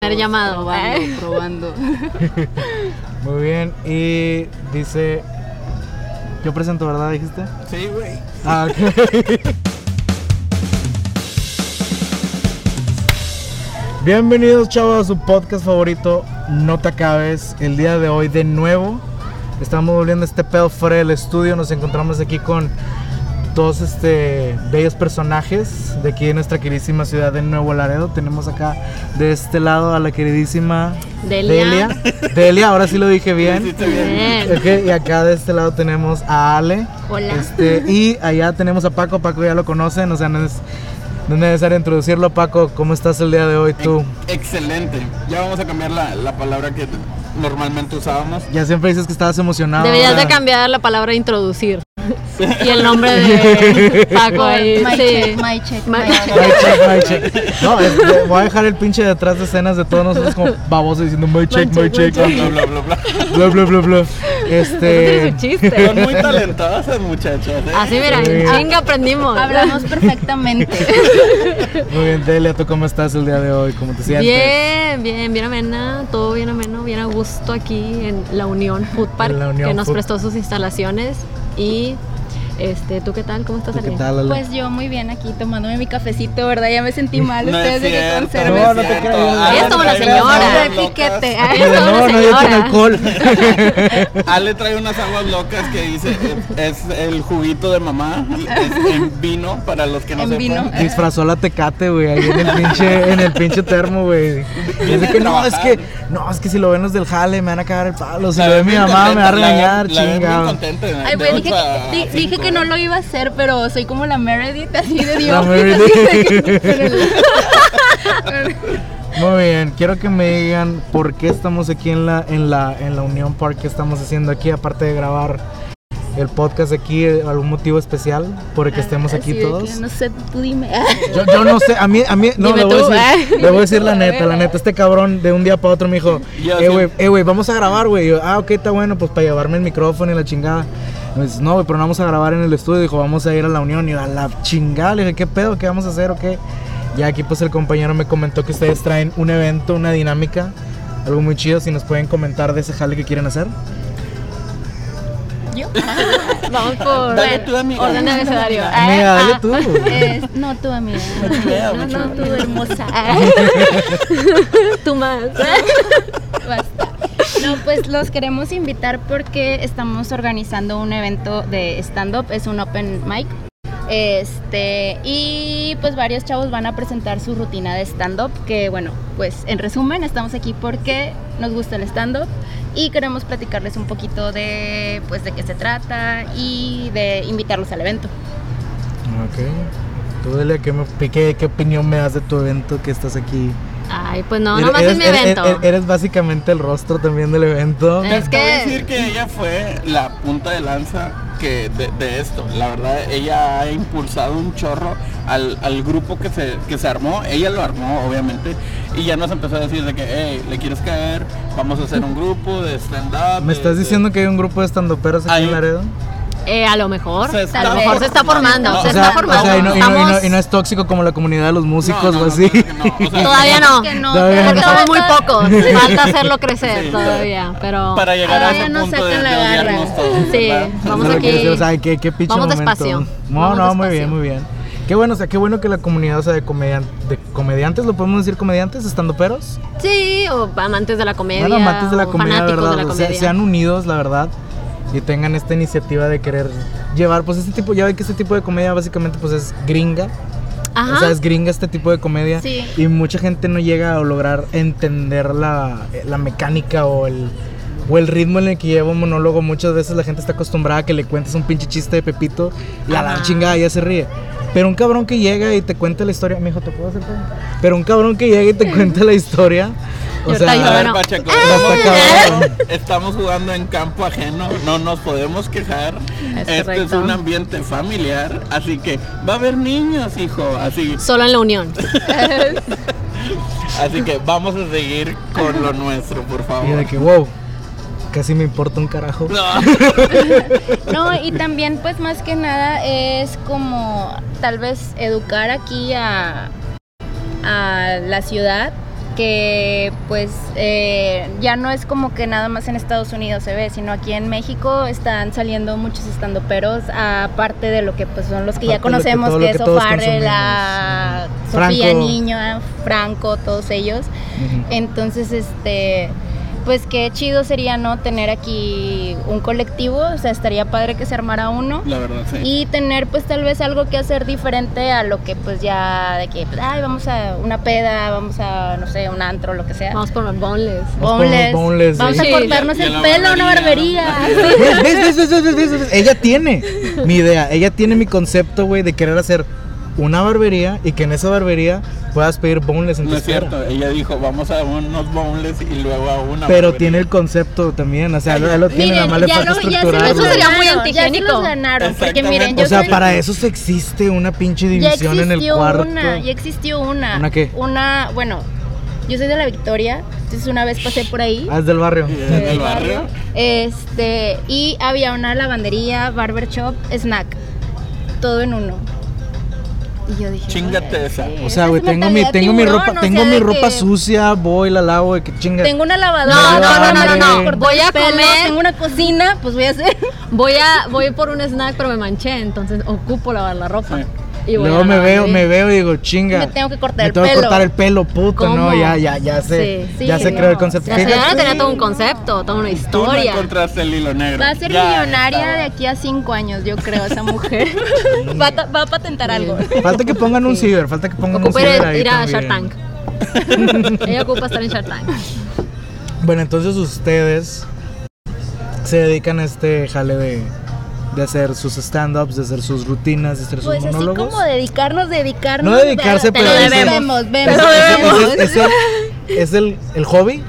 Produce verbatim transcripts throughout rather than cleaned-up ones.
Llamado, probando, probando. Muy bien, y dice... Yo presento, ¿verdad? ¿Dijiste? Sí, güey. Ah, ok. Bienvenidos, chavos, a su podcast favorito, No Te Acabes. El día de hoy, de nuevo, estamos volviendo este pedo fuera del estudio. Nos encontramos aquí con dos este, bellos personajes de aquí de nuestra queridísima ciudad de Nuevo Laredo. Tenemos acá de este lado a la queridísima Delia. Delia. Delia, ahora sí lo dije bien. Sí, bien. Bien. Okay, y acá de este lado tenemos a Ale. Hola. Este, y allá tenemos a Paco. Paco ya lo conocen, o sea, no es, no es necesario introducirlo. Paco, ¿cómo estás el día de hoy tú? Excelente. Ya vamos a cambiar la, la palabra que normalmente usábamos. Ya siempre dices que estabas emocionado. Deberías o sea, de cambiar la palabra introducir. Y el nombre de Paco ahí. My Sí. check, my check, My my check. check. My check, my check. No, es, de- voy a dejar el pinche detrás de escenas de todos nosotros como babosos diciendo my check, my check, Bla, bla, bla, bla, bla. bla, bla, bla, bla. Ese Este... es su chiste. Son muy talentosas, muchachas. ¿eh? Así mira, Sí. en chinga aprendimos. Hablamos perfectamente. Muy bien, Delia, ¿tú cómo estás el día de hoy? ¿Cómo te sientes? Bien, bien, bien amena, todo bien ameno, bien a gusto aquí en La Unión Food Park, En La Unión que nos Food- prestó sus instalaciones. Y este, ¿tú qué tal? ¿Cómo estás, ¿Qué Ale? tal, Ale? Pues yo muy bien aquí tomándome mi cafecito, ¿verdad? Ya me sentí mal No ustedes es de que cierto, con No, cerveza. no te es creas. cierto. Ella es como la Ale trae señora. unas aguas De locas. piquete. Ella es Pero como no, una no, yo tengo señora. alcohol. Ale trae unas aguas locas que dice es el juguito de mamá, es en vino para los que no En sepan. vino. Disfrazó la Tecate, güey, ahí en el pinche, en el pinche termo, güey. Dice que no, es que, no, es que si lo ven los del jale me van a cagar el palo. Si La lo ve ven mi bien mamá me va a contenta, la regañar, ven- la ven bien chingado. contenta, de Ay, güey, ocho dije, a que, di- dije cinco, que no ¿eh? lo iba a hacer, pero soy como la Meredith, así de Dios. La Meredith. Muy bien, quiero que me digan por qué estamos aquí en la, en la, en la Unión Park, qué estamos haciendo aquí, aparte de grabar el podcast aquí, algún motivo especial por el que estemos aquí Así de todos. que, no sé, tú dime. Yo, yo no sé, a mí, a mí, no, Dime le voy, tú, a decir, ¿eh? le voy a decir la neta, la neta, este cabrón de un día para otro me dijo, Yo eh, sí. güey, eh, güey, vamos a grabar, güey. Y yo, ah, ok, está bueno, pues para llevarme el micrófono y la chingada. Y me dice, no, güey, pero no vamos a grabar en el estudio. Dijo, vamos a ir a la Unión. Y yo, a la chingada, le dije, ¿qué pedo? ¿Qué vamos a hacer o qué? Ya aquí, pues el compañero me comentó que ustedes traen un evento, una dinámica, algo muy chido. Si nos pueden comentar de ese jale que quieren hacer. ¿Yo? Vamos por Dale tú, amiga. orden de abecedario. Amiga, dale Ah, tú. Es- no, tú, amiga. chulea, No, me no, tú, chulea. hermosa. Tú más. Basta. No, pues los queremos invitar porque estamos organizando un evento de stand-up, es un open mic. Este, y pues varios chavos van a presentar su rutina de stand-up, que bueno, pues en resumen estamos aquí porque nos gusta el stand-up y queremos platicarles un poquito de pues de qué se trata y de invitarlos al evento. Ok. Tú, Delia, ¿qué, me, qué, ¿qué opinión me das de tu evento que estás aquí? Ay, pues no, Eres- nomás es mi eres- evento. Eres, eres básicamente el rostro también del evento. Es Te voy a que- decir que ella fue la punta de lanza que de, de esto. La verdad, ella ha impulsado un chorro al, al grupo que se, que se armó. Ella lo armó, obviamente. Y ya nos empezó a decir de que, hey, ¿le quieres caer? Vamos a hacer un grupo de stand-up. ¿Me de- estás de- diciendo que hay un grupo de estandoperos aquí Hay- en Laredo? Eh, a lo mejor, Se está a lo mejor se está formando, No, se O está sea, formando. o sea, y, no, y, no, y, no, Estamos- y no es tóxico como la comunidad de los músicos No, no, o no, así. claro que no. O sea, Todavía no. Que no, Todavía Porque no. somos muy pocos, falta hacerlo crecer Sí. todavía, pero Para llegar a Todavía ese no punto de, sacan de la garra. odiarnos todos. Sí, ¿verdad? vamos Eso es lo que aquí. decía, o sea, qué, qué pinche Vamos momento. despacio. No, Vamos no, muy despacio. bien, muy bien. Qué bueno, o sea, qué bueno que la comunidad, o sea, de, comedian- de comediantes, ¿lo podemos decir comediantes, estandoperos? Sí, o amantes de la comedia, Bueno, amantes de la o comedia, fanáticos ¿verdad? de la O sea, comedia. sean unidos, la verdad, y tengan esta iniciativa de querer llevar, pues este tipo, ya ve que este tipo de comedia básicamente pues es gringa. Ajá. O sea, es gringa este tipo de comedia. Sí. Y mucha gente no llega a lograr entender la, la mecánica o el, o el ritmo en el que lleva un monólogo. Muchas veces la gente está acostumbrada a que le cuentes un pinche chiste de Pepito y a la Ajá. chingada ya se ríe. Pero un cabrón que llega y te cuenta la historia, mijo, ¿te puedo hacer todo? Pero un cabrón que llega y te cuenta la historia, o Yo sea, ahorita A ver, Bueno. Pacheco, Ah. estamos jugando, estamos jugando en campo ajeno, no nos podemos quejar. Es este es correcto. un ambiente familiar, así que va a haber niños, hijo. Así, Solo en la unión. así que vamos a seguir con lo nuestro, por y de favor. que, wow, casi me importa un carajo. No. No, y también pues más que nada es como tal vez educar aquí a, a la ciudad que pues eh, ya no es como que nada más en Estados Unidos se ve, sino aquí en México están saliendo muchos estandoperos, aparte de lo que pues son los que ya Aparte de lo que- conocemos, todo que, lo es que todos O'Farrell, a Franco. Sofía Niño, a Franco, todos ellos. Ujú. Entonces, este, pues qué chido sería, ¿no? Tener aquí un colectivo, o sea, estaría padre que se armara uno. La verdad, sí. Y tener pues tal vez algo que hacer diferente a lo que pues ya de que, pues, ay, vamos a una peda, vamos a, no sé, un antro, lo que sea. Vamos por los boneless. Vamos por los Boneless. boneless, Vamos sí. a cortarnos Y a el la pelo a una barbería. barbería. ¿Ves, ves, ves, ves, ves, ves, ves? Ella tiene mi idea, ella tiene mi concepto, güey, de querer hacer una barbería y que en esa barbería puedas pedir boneless en tu No es esfera. cierto, ella dijo, vamos a unos boneless y luego a una Pero barbería. tiene el concepto también, o sea, ya lo tiene, nada más le ya falta lo- ya se estructurar. los Eso sería muy ganaron, ya se antihigiénico. los ganaron, porque Exactamente. miren, yo O sea, soy- para eso se existe una pinche ya división en el existió cuarto. una, ya existió una. ¿Una qué? Una, bueno, yo soy de la Victoria, entonces una vez pasé por ahí. Ah, es del barrio. Sí, Soy ¿En el del barrio? Este, y había una lavandería, barber shop, snack, todo en uno. Y yo dije, Chíngate "Oye, esa". sí, O sea, güey, es tengo mi, mentalidad tengo mi tiburón, ropa, o sea, tengo mi de ropa que sucia, voy, la lavo, de que chinga. Tengo una lavadora, No, no, no, no, me no, tengo que no. cortar Voy a el pelo, comer. tengo una cocina, pues voy a hacer. Voy a voy por un snack, pero me manché, entonces ocupo lavar la ropa. Sí. Y voy Luego a me la veo, lavandería. me veo y digo, chinga. Me tengo que cortar me el tengo que pelo. cortar el pelo, puto, ¿Cómo? no, ya, ya, ya sé, Sí, ya sí, se no. creó el concepto. La Fíjate, señora tenía todo un concepto, toda una Tú no historia. encontraste el hilo negro. Va a ser Ya millonaria estaba. de aquí a cinco años, yo creo, esa mujer. va, a, ta- va a patentar algo. falta que pongan un ciber, falta que pongan un Ocupa ciber ir, ahí ir a Shark también. Tank. Ella ocupa estar en Shark Tank. Bueno, entonces ustedes se dedican a este jale de, de hacer sus stand-ups, de hacer sus rutinas, de hacer sus Pues así monólogos. como dedicarnos, dedicarnos. No dedicarse, te pero lo es el- debemos, Es, vemos. Te lo debemos. es- es el, es el, el hobby.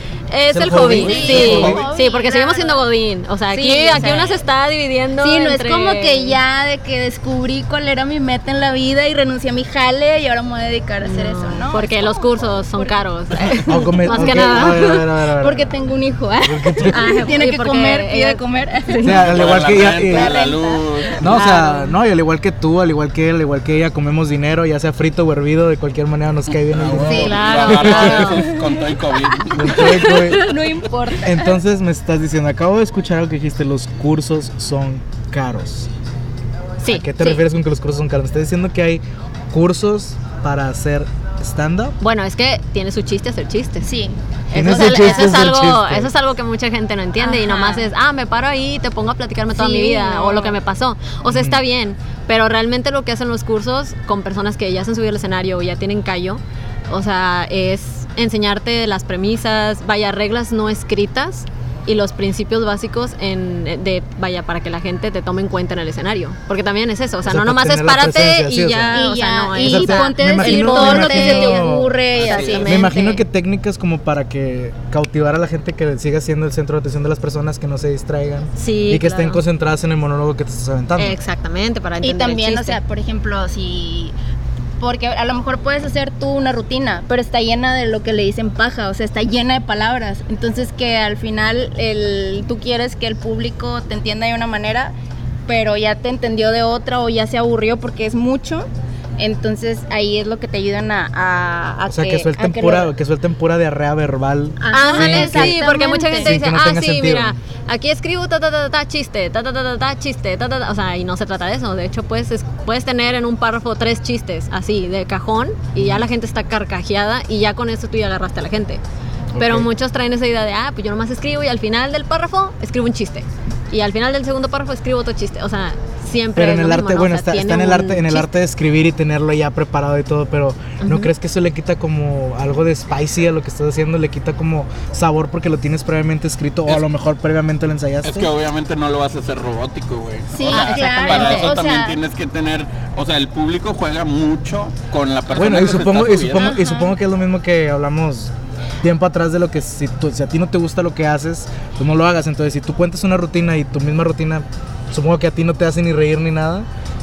Es ¿Es el el hobby, hobby? sí, ¿Es el sí, hobby? porque seguimos siendo Godín. O sea, aquí, Sí, aquí o sea, uno se está dividiendo. Sí, no entre- es como que ya de que descubrí cuál era mi meta en la vida y renuncié a mi jale y ahora me voy a dedicar a hacer eso, ¿no? Porque los cursos son caros. O come- Más ok, que a nada. ver, a ver, a ver, a ver. Porque tengo un hijo, ¿eh? Ah, Tiene y que porque comer, pide ella- comer. O sea, al Para igual la que ella, renta, eh, la luz. no, o sea, Claro. no, y al igual que tú, al igual que él, al igual que ella, comemos dinero, ya sea frito o hervido, de cualquier manera nos cae bien el dinero. Sí, claro, Lo agarro claro. a veces con todo el COVID. Entonces, güey, No importa. entonces me estás diciendo, acabo de escuchar algo que dijiste, los cursos son caros. Sí. ¿A qué te sí. refieres con que los cursos son caros? ¿Me estás diciendo que hay cursos para hacer stand-up? Bueno, es que tiene su chiste hacer chistes. Sí. Tiene Eso su es, el- chiste eso es hacer algo, chistes. eso es algo que mucha gente no entiende y Ajá. nomás es, ah, me paro ahí y te pongo a platicarme toda Sí, mi vida no. o lo que me pasó. O sea, está bien, pero realmente lo que hacen los cursos con personas que ya se han subido al escenario o ya tienen callo, o sea, es enseñarte las premisas, vaya, reglas no escritas y los principios básicos en, de, vaya, para que la gente te tome en cuenta en el escenario. Porque también es eso, o sea, O sea, no para nomás es tener la párate presencia, sí, y o ya, sea. o Y sea, ya, no y es... O sea, te- ponte a me decir imagino- todo me lo que se te imagino- ocurre y así. Exactamente. Me imagino que técnicas como para que cautivar a la gente que siga siendo el centro de atención de las personas, que no se distraigan Sí, y que estén claro. concentradas en el monólogo que te estás aventando. Exactamente, para Y entender el también, o chiste. sea, por ejemplo, si... Porque a lo mejor puedes hacer tú una rutina, pero está llena de lo que le dicen paja, o sea, está llena de palabras. Entonces que al final el, tú quieres que el público te entienda de una manera, pero ya te entendió de otra o ya se aburrió porque es mucho. Entonces ahí es lo que te ayudan a, a, a O sea, que, a suelten que pura, lo- que suelten pura diarrea verbal. Ajá, Ándale, sin que- sí, porque mucha gente Sin que dice, no ah, tenga sí, sentido. mira, aquí escribo ta ta ta ta, ta, chiste, ta ta ta ta, ta, chiste, ta ta ta, o sea, y no se trata de eso, de hecho puedes, es- puedes tener en un párrafo tres chistes, así, de cajón, y ya la gente está carcajeada, y ya con eso tú ya agarraste a la gente. Pero Ok. muchos traen esa idea de, ah, pues yo nomás escribo, y al final del párrafo escribo un chiste, y al final del segundo párrafo escribo otro chiste, o sea, siempre Pero en es el lo arte, mismo, ¿no? bueno, O sea, está, tiene está en el un arte, en el chiste. arte de escribir y tenerlo ya preparado y todo, pero ¿no Ujú. crees que eso le quita como algo de spicy a lo que estás haciendo? Le quita como sabor porque lo tienes previamente escrito o a Es- lo mejor previamente lo ensayaste. Es que obviamente no lo vas a hacer robótico, güey. Sí, O sea, claro. Para eso O también sea- tienes que tener, o sea, el público juega mucho con la persona Bueno, y que se supongo, está y supongo, subiendo. y supongo que es lo mismo que hablamos tiempo atrás de lo que si, tú- si a ti no te gusta lo que haces, pues no lo hagas. Entonces, si tú cuentas una rutina y tu misma rutina, supongo que a ti no te hace ni reír ni nada,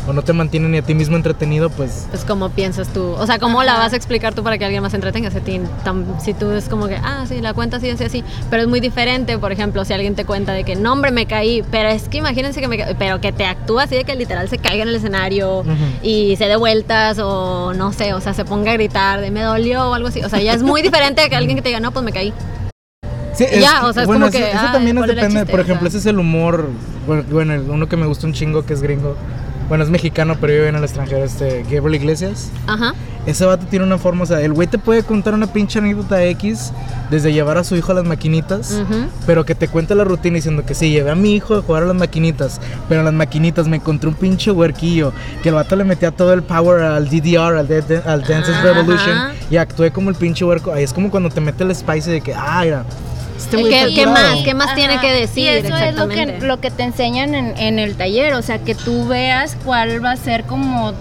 o no te mantiene ni a ti mismo entretenido, pues... Pues cómo piensas tú, o sea, cómo Ajá. la vas a explicar tú para que alguien más se entretenga, si, ti, tam, si tú es como que, ah, sí, la cuenta así, así, así, pero es muy diferente, por ejemplo, si alguien te cuenta de que, no, hombre, me caí, pero es que imagínense que me caí, pero que te actúa así de que literal se caiga en el escenario uh-huh. y se dé vueltas o no sé, o sea, se ponga a gritar de me dolió o algo así, o sea, ya es muy diferente que alguien que te diga, no, pues me caí. Sí, es, ya, o sea, es bueno, como eso, que, eso ah, también es ¿cuál es depende, chiste? por ejemplo, O sea, ese es el humor, bueno, bueno, uno que me gusta un chingo que es gringo, bueno, es mexicano, pero vive en el extranjero, este, Gabriel Iglesias. Ajá. Ese vato tiene una forma, o sea, el güey te puede contar una pinche anécdota X, desde llevar a su hijo a las maquinitas, uh-huh. pero que te cuente la rutina diciendo que sí, llevé a mi hijo a jugar a las maquinitas, pero en las maquinitas me encontré un pinche huerquillo, que el vato le metía todo el power al D D R, al, de- al Dance's uh-huh. Revolution, y actué como el pinche huerco. Ahí es como cuando te mete el spice de que, ah, mira, este güey ¿Qué, está ¿Qué curado. más? ¿Qué más Ajá. tiene que decir? Y eso es lo exactamente. que, lo que te enseñan en, en el taller, o sea, que tú veas cuál va a ser como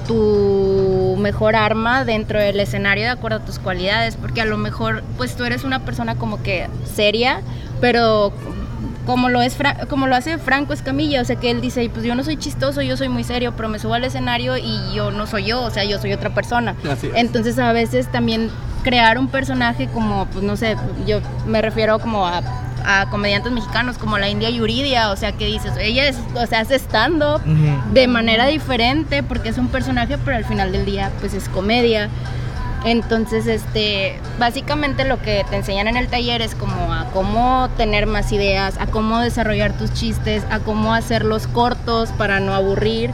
tu mejor arma dentro del escenario de acuerdo a tus cualidades, porque a lo mejor pues tú eres una persona como que seria, pero como lo es Fra- como lo hace Franco Escamilla, o sea, que él dice, pues yo no soy chistoso, yo soy muy serio, pero me subo al escenario y yo no soy yo, o sea, yo soy otra persona. Así es. Entonces a veces también crear un personaje como, pues no sé, yo me refiero como a, a comediantes mexicanos como la India Yuridia, o sea, que dices, ella es, o sea, hace stand-up uh-huh. de manera diferente porque es un personaje, pero al final del día pues es comedia. Entonces, este, básicamente lo que te enseñan en el taller es como a cómo tener más ideas, a cómo desarrollar tus chistes, a cómo hacerlos cortos para no aburrir,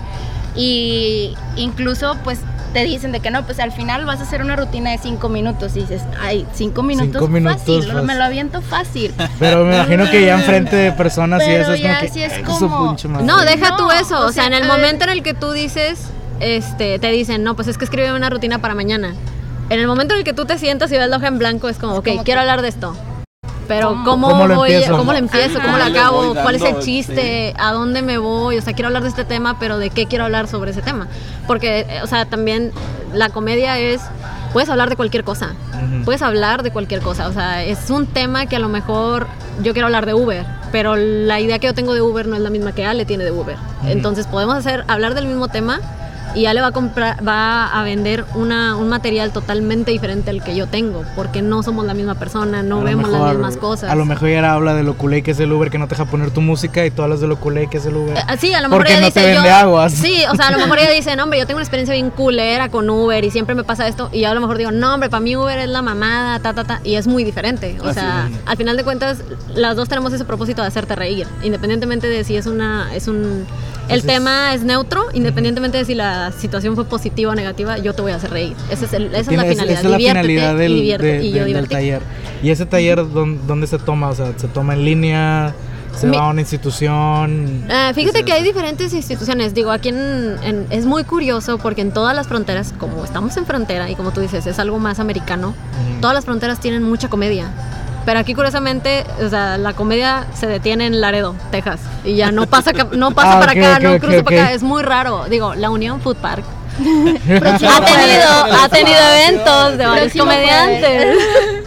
y incluso pues te dicen de que no, pues al final vas a hacer una rutina de cinco minutos y dices, ay, cinco minutos, cinco minutos fácil, fácil. me lo aviento fácil. Pero me imagino que ya enfrente de personas Pero y eso es ya como que sí es eso como- pinche madre. No, deja No, tú eso, o o sea, sea, en el a ver. momento en el que tú dices, este, te dicen, no, pues es que escribe una rutina para mañana. En el momento en el que tú te sientas y ves la hoja en blanco, es como, ok, como quiero que- hablar de esto. Pero ¿Cómo? ¿cómo, ¿Cómo lo voy, empiezo? ¿cómo lo empiezo? Ajá. ¿Cómo lo Le acabo? voy ¿Cuál es el dando, chiste? ¿A dónde me voy? O sea, quiero hablar de este tema, pero ¿de qué quiero hablar sobre ese tema? Porque, eh, o sea, también la comedia es, puedes hablar de cualquier cosa. Ujú. Puedes hablar de cualquier cosa. O sea, es un tema que a lo mejor yo quiero hablar de Uber, pero la idea que yo tengo de Uber no es la misma que Ale tiene de Uber. Ujú. Entonces podemos hacer, hablar del mismo tema y Ale va a comprar, va a vender una, un material totalmente diferente al que yo tengo, porque no somos la misma persona, no A lo vemos mejor- las mismas cosas. A lo mejor ella habla de lo culé que es el Uber, que no te deja poner tu música, y tú hablas de lo culé que es el Uber. Eh, Sí, a lo mejor Porque ella no dice te vende yo, aguas. Sí, o sea, a lo mejor ella dice, no, hombre, yo tengo una experiencia bien culera con Uber y siempre me pasa esto, y yo a lo mejor digo, no, hombre, para mí Uber es la mamada, ta, ta, ta, y es muy diferente. O Así sea, es. al final de cuentas, las dos tenemos ese propósito de hacerte reír, independientemente de si es una, es un, el Entonces- tema es neutro, independientemente de si la situación fue positiva o negativa, yo te voy a hacer reír. Esa es, el, esa es la Tiene- finalidad, esa es la diviértete finalidad del, y divierte, de- y yo del- del divertirte. taller. ¿Y ese taller dónde, dónde se toma? O sea, ¿se toma en línea? ¿Se Mi- va a una institución? Ah, fíjate ¿Qué es que hay eso? diferentes instituciones. Digo, aquí en, en- es muy curioso porque en todas las fronteras, como estamos en frontera y como tú dices, es algo más americano, Ujú. todas las fronteras tienen mucha comedia. Pero aquí curiosamente, o sea, la comedia se detiene en Laredo, Texas, y ya no pasa, ca- no pasa Ah, para ok, acá, ok, no ok, cruza para ok. acá. Es muy raro. Digo, la Unión Food Park Próximo ha tenido, jueves. ha tenido eventos de varios Próximo comediantes.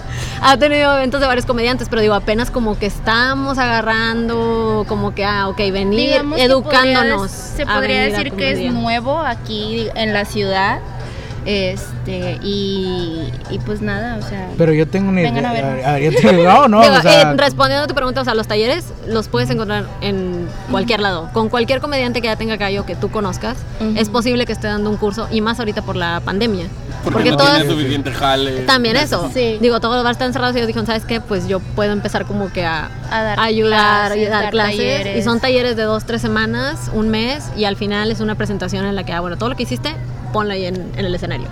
Ha tenido eventos de varios comediantes, pero digo, apenas como que estamos agarrando, como que, ah, ok, venir Digamos que educándonos. podría- se a podría venir a decir que es comedia. nuevo aquí en la ciudad, este y, y pues nada, o sea, Pero yo tengo una Vengan idea. a vernos. a ver, yo tengo- no, no, Digo, o sea, eh, respondiendo a tu pregunta, o sea, los talleres los puedes encontrar en cualquier lado. Con cualquier comediante que ya tenga callo que tú conozcas, Ujú. es posible que esté dando un curso, y más ahorita por la pandemia. Porque, Porque no todas- tiene suficiente jale. También eso. Sí. Digo, todos los bares están cerrados y ellos dijeron, ¿sabes qué? Pues yo puedo empezar como que a, A dar a ayudar clases, y dar, dar clases. talleres. Y son talleres de dos, tres semanas, un mes, y al final es una presentación en la que, ah, bueno, todo lo que hiciste, ponlo ahí en, en el escenario.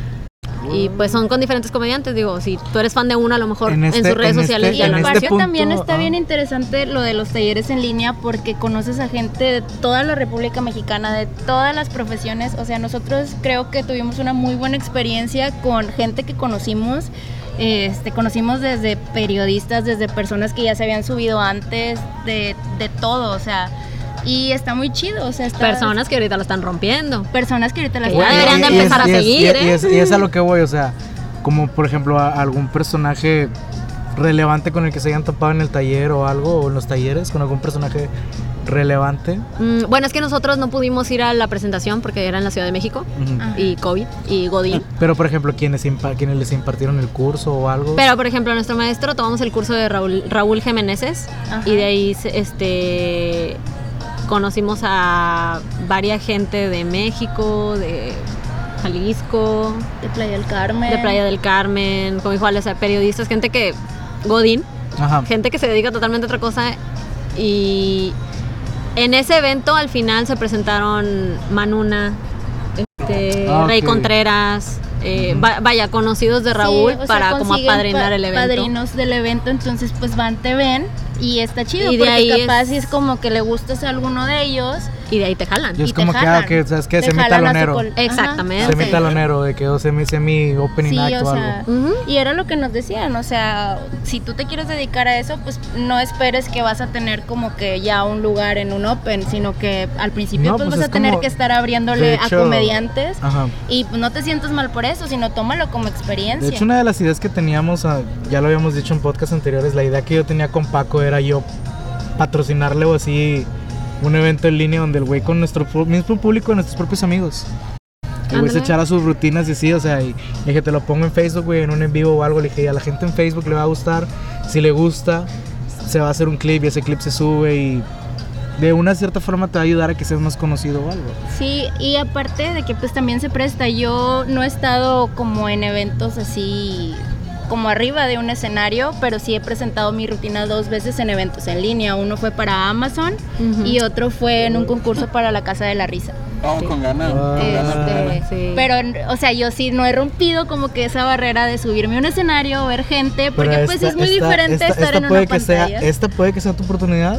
Y pues son con diferentes comediantes, digo, si tú eres fan de uno, a lo mejor En en, este- sus redes en sociales este- ya Y lo en han este hecho. aparte también punto, está ah. bien interesante lo de los talleres en línea porque conoces a gente de toda la República Mexicana, de todas las profesiones. O sea, nosotros creo que tuvimos una muy buena experiencia con gente que conocimos. Este, conocimos desde periodistas, desde personas que ya se habían subido antes, de, de todo, o sea, y está muy chido, o sea, está, Personas que ahorita lo están rompiendo. personas que ahorita las Que ya están deberían de Y- y es- empezar a y es- seguir, y es- ¿eh? Y es, y es a lo que voy, o sea, como por ejemplo a algún personaje relevante con el que se hayan topado en el taller o algo, o en los talleres, con algún personaje relevante. Mm, bueno, es que nosotros no pudimos ir a la presentación porque era en la Ciudad de México Ujú. y COVID y Godín. Pero por ejemplo, ¿quiénes, impa- ¿quiénes les impartieron el curso o algo? Pero por ejemplo, nuestro maestro tomamos el curso de Raúl, Raúl Jiménez Ajá. y de ahí se- este conocimos a varias gente de México, de Jalisco, De Playa del Carmen. de Playa del Carmen, como igual, o sea, periodistas, gente que Godín, Ajá. gente que se dedica totalmente a otra cosa. Y en ese evento al final se presentaron Manuna, este, Ah, Rey ok. Contreras, eh, Ujú. va- vaya, conocidos de Raúl Sí, o sea, para como consiguen apadrinar pa- el evento. Padrinos del evento, entonces pues van, te ven y está chido Y de porque ahí capaz es- si es como que le gustas a alguno de ellos. Y de ahí te jalan. Y es y te como que, jalan. ah, que, ¿sabes qué? Te Semi jalan a su talonero. col- Exactamente. Ajá, Semi sí. talonero, de que o semi, semi opening Sí, act o o sea, algo. Ujú. y era lo que nos decían, o sea, si tú te quieres dedicar a eso, pues no esperes que vas a tener como que ya un lugar en un open, sino que al principio No, pues, pues vas es a tener como- que estar abriéndole de a hecho- comediantes Ajá. y pues, no te sientas mal por eso, sino tómalo como experiencia. De hecho, una de las ideas que teníamos, ah, ya lo habíamos dicho en podcast anteriores, la idea que yo tenía con Paco era yo patrocinarle o así un evento en línea donde el güey con nuestro pu- mismo público, nuestros propios amigos, el güey se Ándale. echara sus rutinas y sí, o sea, y dije, te lo pongo en Facebook, güey, en un en vivo o algo, le dije, y a la gente en Facebook le va a gustar, si le gusta, se va a hacer un clip y ese clip se sube y de una cierta forma te va a ayudar a que seas más conocido o algo. Sí, y aparte de que pues también se presta, yo no he estado como en eventos así como arriba de un escenario, pero sí he presentado mi rutina dos veces en eventos en línea. Uno fue para Amazon Ujú. y otro fue en un concurso para la Casa de la Risa. Oh, Sí. con ganas. Ah. con ganas, con Este, ganas. Sí. Pero, o sea, yo sí no he rompido como que esa barrera de subirme a un escenario, ver gente, porque Pero pues esta- es muy esta- diferente esta- estar esta en puede una que sea, pantalla. esta puede que sea tu oportunidad.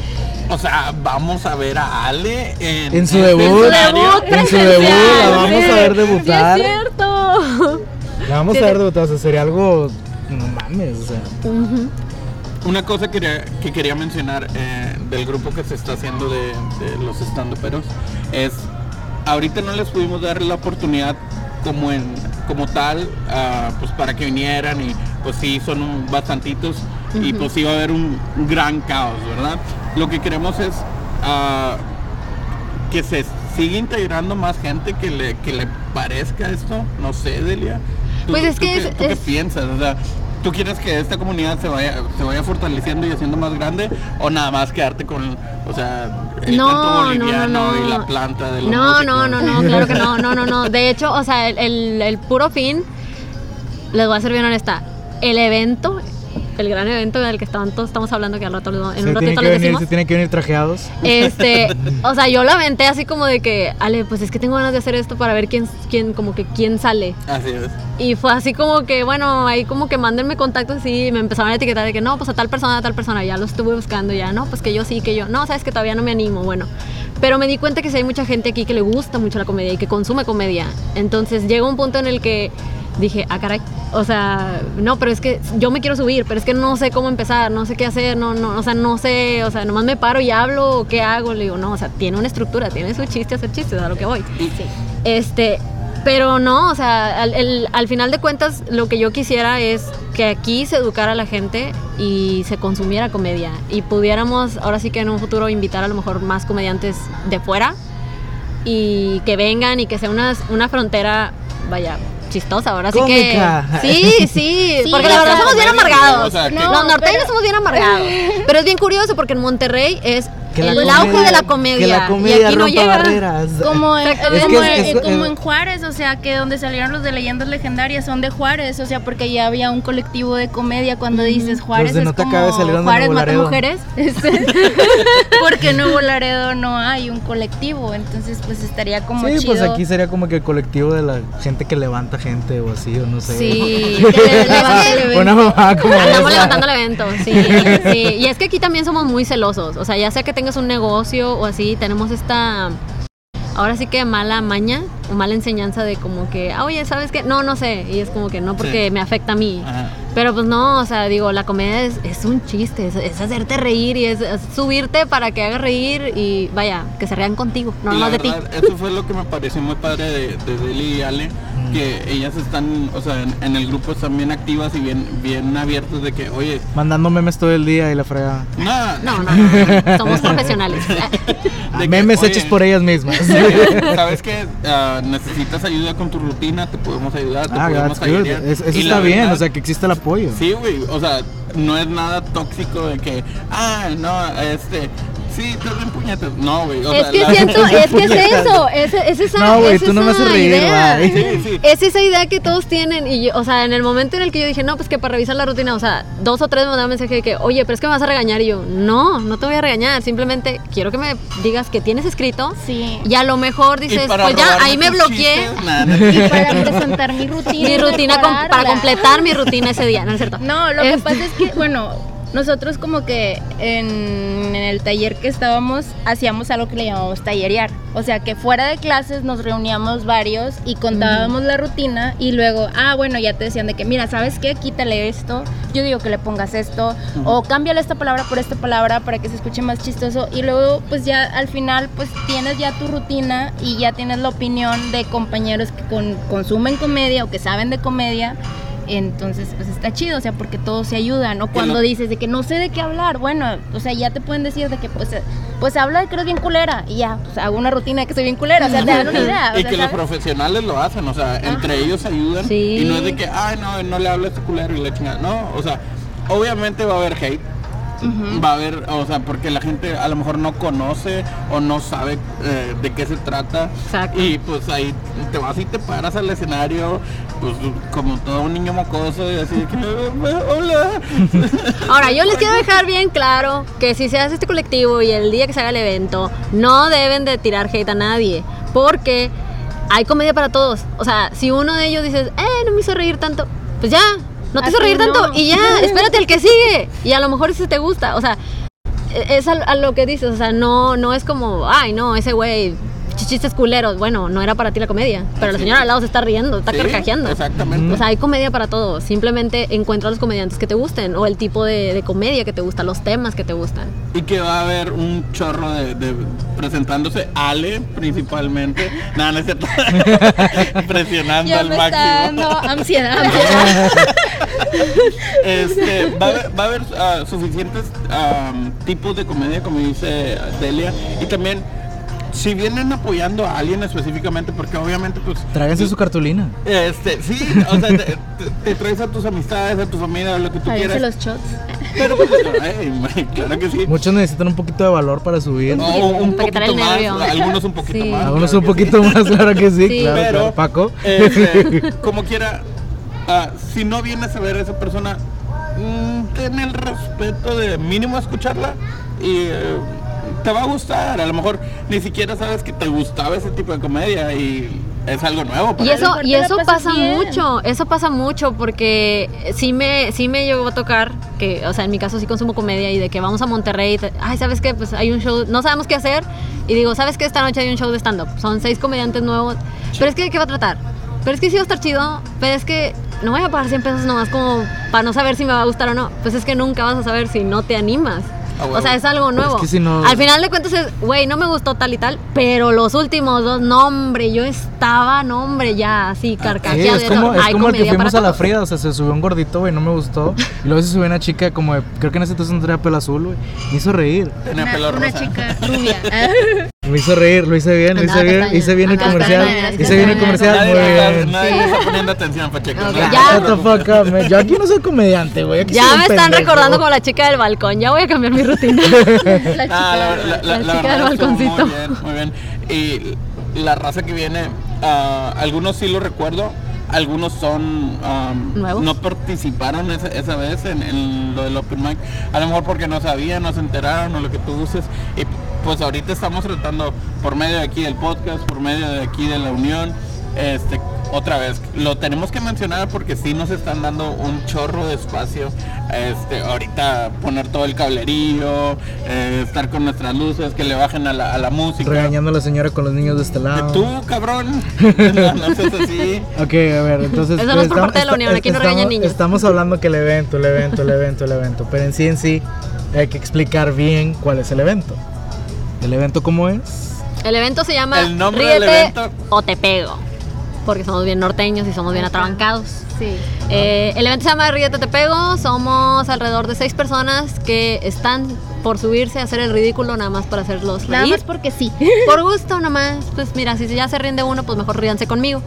O sea, vamos a ver a Ale en, En su ese debut, escenario. en su debut, la vamos a ver Sí, debutar. es cierto. La vamos Sí, a ver de- debutar, o sea, sería algo, no mames, o sea. Ujú. Una cosa que quería, que quería mencionar eh, del grupo que se está haciendo de, de los stand-uperos es, ahorita no les pudimos dar la oportunidad como en como tal, ah, pues para que vinieran y pues sí, son un- bastantitos y Ujú. pues iba a haber un, un gran caos, ¿verdad? Lo que queremos es ah, que se siga integrando más gente que le, que le parezca esto, no sé, Delia. ¿Tú, Pues es tú que qué, es- ¿tú qué es- piensas? O sea, ¿tú quieres que esta comunidad se vaya se vaya fortaleciendo y haciendo más grande o nada más quedarte con, o sea, el No, cuento no, boliviano no, no. y la planta de los No, músicos? no, no, no, claro que no, no, no, no. De hecho, o sea, el, el, el puro fin, les voy a ser bien honesta, el evento, el gran evento del que estaban todos estamos hablando, que al rato, les- en Se un tienen ratito que les venir, decimos. se tienen que venir trajeados. Este, o sea, yo la aventé así como de que, Ale, pues es que tengo ganas de hacer esto para ver quién, quién, como que quién sale. Así es. Y fue así como que, bueno, ahí como que mándenme contactos y me empezaron a etiquetar de que no, pues a tal persona, a tal persona, ya lo estuve buscando, ya, no, pues que yo sí, que yo, no, sabes que todavía no me animo, bueno. Pero me di cuenta que sí hay mucha gente aquí que le gusta mucho la comedia y que consume comedia. Entonces llega un punto en el que dije, ah, caray, o sea, no, pero es que yo me quiero subir, pero es que no sé cómo empezar, no sé qué hacer, no, no, o sea, no sé, o sea, nomás me paro y hablo, o qué hago, le digo, no, o sea, tiene una estructura, tiene su chiste, hacer chistes, a lo que voy. Y- Este, pero no, o sea, al, el- al final de cuentas lo que yo quisiera es que aquí se educara a la gente y se consumiera comedia y pudiéramos ahora sí que en un futuro invitar a lo mejor más comediantes de fuera y que vengan y que sea una, una frontera, vaya, chistosa, ahora sí Cómica. que... Sí, sí, Sí, porque o la verdad sea, somos bien amargados. o sea, que- No, Los norteños pero- somos bien amargados. Pero es bien curioso porque en Monterrey es Que la el comedia- auge de la comedia. Que la y comedia aquí no rompa llega. barreras. Como, en, Exactamente. como, Es que es- en- es- como es- en Juárez, o sea, que donde salieron los de Leyendas Legendarias son de Juárez, o sea, porque ya había un colectivo de comedia cuando dices Juárez Los de es No te como acabes salieron de Juárez Nuevo mata Laredo. mujeres, Este, porque en Nuevo Laredo no hay un colectivo, entonces pues estaría como Sí, chido. pues aquí sería como que el colectivo de la gente que levanta gente o así, o no sé. Sí, Que le levante el evento. Una mamá como andamos esa. levantando el evento, sí, sí. Y es que aquí también somos muy celosos. O sea, ya sea que tengas un negocio o así, tenemos esta, ahora sí que mala maña o mala enseñanza de como que, ah, oye, ¿sabes qué? No, no sé. Y es como que no porque Sí. me afecta a mí. Ajá. Pero pues no, o sea, digo, la comedia es, es un chiste, es, es hacerte reír y es, es subirte para que hagas reír y vaya, que se rean contigo, no Y la nomás de ti. verdad, eso fue lo que me pareció muy padre de, de Deli y Ale, que ellas están, o sea, en, en el grupo están bien activas y bien, bien abiertas de que, oye, mandando memes todo el día y la fregada. no, No, no, no, somos profesionales. de que, Memes oye, hechos por ellas mismas. sabes que uh, necesitas ayuda con tu rutina, te podemos ayudar, te Ah, podemos that's good. ayudar. Es- Eso Y está la bien, verdad, o sea, que existe el apoyo. sí, güey, o sea, no es nada tóxico de que, ah, no, este, sí, te den puñetas. No, güey, o Es sea, que la- siento, es que es eso, es, es esa, No, güey, es tú no me esa haces reír, idea. bye. Sí, sí. Es esa idea que todos tienen y yo, o sea, en el momento en el que yo dije, no, pues que para revisar la rutina, o sea, dos o tres me mandaban mensaje de que, oye, pero es que me vas a regañar y yo, no, no te voy a regañar, simplemente quiero que me digas que tienes escrito Sí. y a lo mejor Y dices, para pues ya, robarme ahí me tus bloqueé. chistes, nah, nah. Y para presentar mi rutina. Mi y rutina com- para mejorarla. completar mi rutina ese día, ¿no es cierto? No, lo que Este- pasa es que, bueno, nosotros como que en, en el taller que estábamos hacíamos algo que le llamamos tallerear. O sea, que fuera de clases nos reuníamos varios y contábamos la rutina y luego, ah, bueno, ya te decían de que, mira, ¿sabes qué? Quítale esto, yo digo que le pongas esto, o cámbiale esta palabra por esta palabra para que se escuche más chistoso. Y luego, pues ya al final, pues tienes ya tu rutina y ya tienes la opinión de compañeros que con- consumen comedia o que saben de comedia. Entonces, pues está chido, o sea, porque todos se ayudan. O cuando lo- dices de que no sé de qué hablar, bueno, o sea, ya te pueden decir de que, pues, eh, pues habla de que eres bien culera. Y ya, pues hago una rutina de que soy bien culera, o sea, te dan una idea. o Y sea, que los ¿sabes? profesionales lo hacen, o sea, entre ellos se ayudan. Sí. Y no es de que, ay, no, no le habla a este culero y la chingada. No, o sea, obviamente va a haber hate. Va a haber, o sea, porque la gente a lo mejor no conoce o no sabe eh, de qué se trata. Exacto. Y pues ahí te vas y te paras al escenario, pues como todo un niño mocoso y así de que, hola. Ahora, yo les quiero dejar bien claro que si se hace este colectivo y el día que se haga el evento, no deben de tirar hate a nadie, porque hay comedia para todos. O sea, si uno de ellos dice, eh, no me hizo reír tanto, pues ya, no te hizo Así reír tanto no. y ya, espérate al que sigue. Y a lo mejor ese te gusta, o sea, es a, a lo que dices, o sea, no, no es como, ay, no, ese güey, chistes culeros. Bueno, no era para ti la comedia, pero la señora al lado se está riendo, está Sí, carcajeando. exactamente. O sea, hay comedia para todo. Simplemente encuentra los comediantes que te gusten o el tipo de, de comedia que te gusta, los temas que te gustan. Y que va a haber un chorro de, de presentándose Ale principalmente. Nada, no es cierto. Presionando Ya al me está máximo. dando ansiedad. Este, va a haber, va a haber ah, suficientes am, tipos de comedia, como dice Delia. Y también, si vienen apoyando a alguien específicamente, porque obviamente pues Tráiganse su cartulina. este, sí, o sea, te, te- te traes a tus amistades, a tu familia, a lo que tú Váyanse quieras. los shots. Pero pues, ay, claro que sí. Muchos necesitan un poquito de valor para subir. No, un Para quitar poquito el más, nervio. algunos un poquito Sí. más. Algunos claro un que poquito más, claro que sí. Sí. Claro, Pero, claro. Paco. este, como quiera, ah, si no vienes a ver a esa persona, mm, ten el respeto de mínimo escucharla y eh, te va a gustar. A lo mejor ni siquiera sabes que te gustaba ese tipo de comedia y es algo nuevo. Y para eso, mejor y te la eso pasas pasa bien. mucho, eso pasa mucho porque sí me, sí me llegó a tocar que, o sea, en mi caso sí consumo comedia y de que vamos a Monterrey, y te- ay, ¿sabes qué? Pues hay un show, no sabemos qué hacer y digo, ¿sabes qué? Esta noche hay un show de stand-up, son seis comediantes nuevos, pero es que, ¿de qué va a tratar? Pero es que sí va a estar chido, pero es que no voy a pagar cien pesos nomás como para no saber si me va a gustar o no, pues es que nunca vas a saber si no te animas. Ah, huevo. O sea, es algo nuevo. Es que si no- Al final de cuentas es, güey, no me gustó tal y tal, pero los últimos dos, no hombre, yo estaba, no hombre, ya así Sí, carcajeado. es como, es Hay como el que comedia fuimos para a la todos. Frida, o sea, se subió un gordito, güey, no me gustó. Y luego se subió una chica como de, creo que en ese entonces no tenía pelo azul, güey. Me hizo reír. Tenía Una, pelo una rosa. chica rubia. Me hizo reír, lo hice bien, lo hice Andaba bien. castaña. Hice bien el Andaba comercial. castaña, Hice bien el castaña. comercial, Nadie, muy está, bien. nadie Sí. está poniendo atención, Pacheco. Ok, no, ya. no te Shut the preocupes. fuck up, man. Yo aquí no soy comediante, güey. aquí Ya soy un me están pendejo. recordando como la chica del balcón, ya voy a cambiar mi rutina. La chica. Ah, la, la, la, la la chica verdad del estuvo balconcito. Muy bien, muy bien. Y la raza que viene, ah, algunos sí lo recuerdo, algunos son um, ¿Nuevos? no participaron esa, esa vez en, en lo del open mic, a lo mejor porque no sabían, no se enteraron o lo que tú uses. Y pues ahorita estamos tratando por medio de aquí del podcast, por medio de aquí de la unión, este, otra vez, lo tenemos que mencionar porque sí nos están dando un chorro de espacio. Este, ahorita poner todo el cablerío, eh, estar con nuestras luces, que le bajen a la, a la música. Regañando a la señora con los niños de este lado. Tú, cabrón, no, no seas así. Ok, a ver, entonces. Eso no pues, es por parte de la unión, aquí no estamos, regañan niños. Estamos hablando que el evento, el evento, el evento, el evento. Pero en sí, en sí, hay que explicar bien cuál es el evento. ¿El evento cómo es? El evento se llama El nombre del Ríete evento. o te pego. porque somos bien norteños y somos bien Ajá. atrabancados. Sí. Eh, el evento se llama Ríete Te Pego, somos alrededor de seis personas que están por subirse a hacer el ridículo nada más para hacerlos Nada reír. más porque sí. Por gusto nomás, pues mira, si ya se rinde uno, pues mejor ríanse conmigo.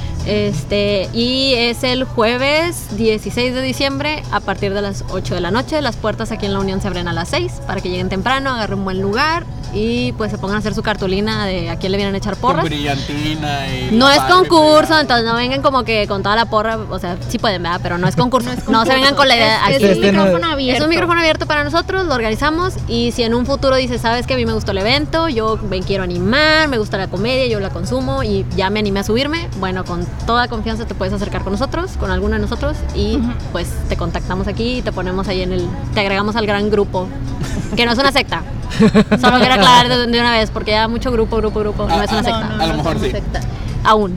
Este, y es el jueves dieciséis de diciembre a partir de las ocho de la noche. Las puertas aquí en La Unión se abren a las seis para que lleguen temprano, agarren un buen lugar y pues se pongan a hacer su cartulina de a quién le vienen a echar Con porras. brillantina y No es Barbie concurso, pegada. entonces no vengan como que con toda la porra, o sea, sí pueden, ¿verdad? Pero no es concurso. No, No es se concurso. vengan con la idea. Es, aquí- es un Este no- micrófono abierto. es un micrófono abierto para nosotros, lo organizamos y si en un futuro dices, sabes que a mí me gustó el evento, yo me quiero animar, me gusta la comedia, yo la consumo y ya me animé a subirme, bueno, con toda confianza te puedes acercar con nosotros, con alguno de nosotros y Ujú. pues te contactamos aquí y te ponemos ahí en el, te agregamos al gran grupo, que no es una secta. Solo quiero aclarar de, de una vez porque ya mucho grupo, grupo, grupo, no Ah, es una ah, secta. No, no, A lo no mejor somos sí. secta. Aún.